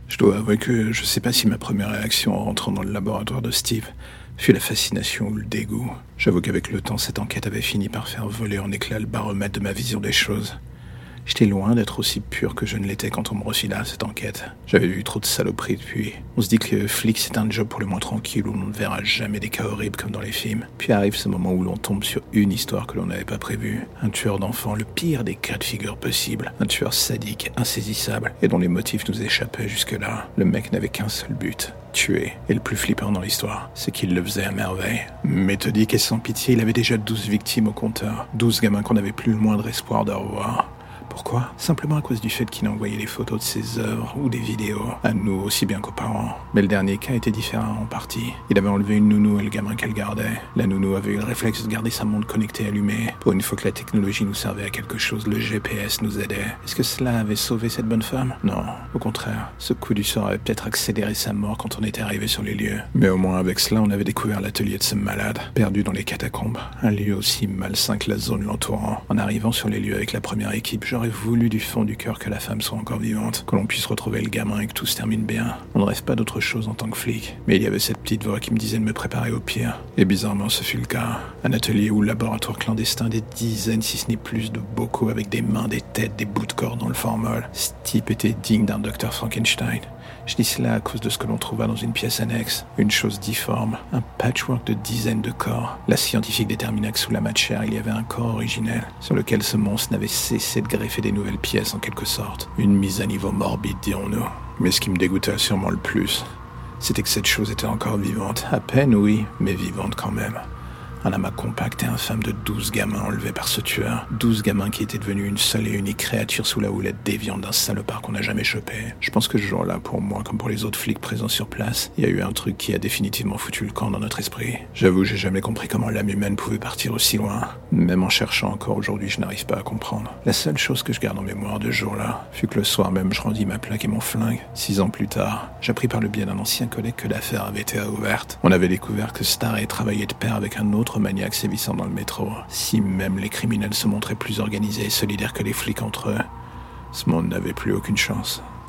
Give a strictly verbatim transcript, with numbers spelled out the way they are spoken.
Je dois avouer que je sais pas si ma première réaction en rentrant dans le laboratoire de Steve fut la fascination ou le dégoût. J'avoue qu'avec le temps, cette enquête avait fini par faire voler en éclats le baromètre de ma vision des choses. J'étais loin d'être aussi pur que je ne l'étais quand on me refila cette enquête. J'avais vu trop de saloperies depuis. On se dit que flic c'est un job pour le moins tranquille où l'on ne verra jamais des cas horribles comme dans les films. Puis arrive ce moment où l'on tombe sur une histoire que l'on n'avait pas prévue. Un tueur d'enfants, le pire des cas de figure possibles. Un tueur sadique, insaisissable, et dont les motifs nous échappaient jusque-là. Le mec n'avait qu'un seul but. Tuer. Et le plus flippant dans l'histoire, c'est qu'il le faisait à merveille. Méthodique et sans pitié, il avait déjà douze victimes au compteur. douze gamins qu'on n'avait plus le moindre espoir de revoir. Pourquoi ? Simplement à cause du fait qu'il envoyait les photos de ses œuvres ou des vidéos, à nous aussi bien qu'aux parents. Mais le dernier cas était différent en partie. Il avait enlevé une nounou et le gamin qu'elle gardait. La nounou avait eu le réflexe de garder sa montre connectée allumée. Pour une fois que la technologie nous servait à quelque chose, le G P S nous aidait. Est-ce que cela avait sauvé cette bonne femme ? Non, au contraire. Ce coup du sort avait peut-être accéléré sa mort quand on était arrivé sur les lieux. Mais au moins avec cela, on avait découvert l'atelier de ce malade, perdu dans les catacombes. Un lieu aussi malsain que la zone l'entourant. En arrivant sur les lieux avec la première équipe, j'aurais voulu du fond du cœur que la femme soit encore vivante, que l'on puisse retrouver le gamin et que tout se termine bien. On ne rêve pas d'autre chose en tant que flic. Mais il y avait cette petite voix qui me disait de me préparer au pire. Et bizarrement, ce fut le cas. Un atelier ou laboratoire clandestin, des dizaines, si ce n'est plus, de bocaux avec des mains, des têtes, des bouts de corps dans le formol. Ce type était digne d'un docteur Frankenstein. Je dis cela à cause de ce que l'on trouva dans une pièce annexe. Une chose difforme, un patchwork de dizaines de corps. La scientifique détermina que sous la matière, il y avait un corps originel, sur lequel ce monstre n'avait cessé de greffer des nouvelles pièces en quelque sorte. Une mise à niveau morbide, dirons-nous. Mais ce qui me dégoûta sûrement le plus, c'était que cette chose était encore vivante. À peine, oui, mais vivante quand même. Un amas compact et infâme de douze gamins enlevés par ce tueur. Douze gamins qui étaient devenus une seule et unique créature sous la houlette déviante d'un salopard qu'on n'a jamais chopé. Je pense que ce jour-là, pour moi, comme pour les autres flics présents sur place, il y a eu un truc qui a définitivement foutu le camp dans notre esprit. J'avoue, j'ai jamais compris comment l'âme humaine pouvait partir aussi loin. Même en cherchant encore aujourd'hui, je n'arrive pas à comprendre. La seule chose que je garde en mémoire de ce jour-là fut que le soir même, je rendis ma plaque et mon flingue. Six ans plus tard, j'appris par le biais d'un ancien collègue que l'affaire avait été ouverte. On avait découvert que Starr travaillait de pair avec un autre maniaque sévissant dans le métro. Si même les criminels se montraient plus organisés et solidaires que les flics entre eux, ce monde n'avait plus aucune chance.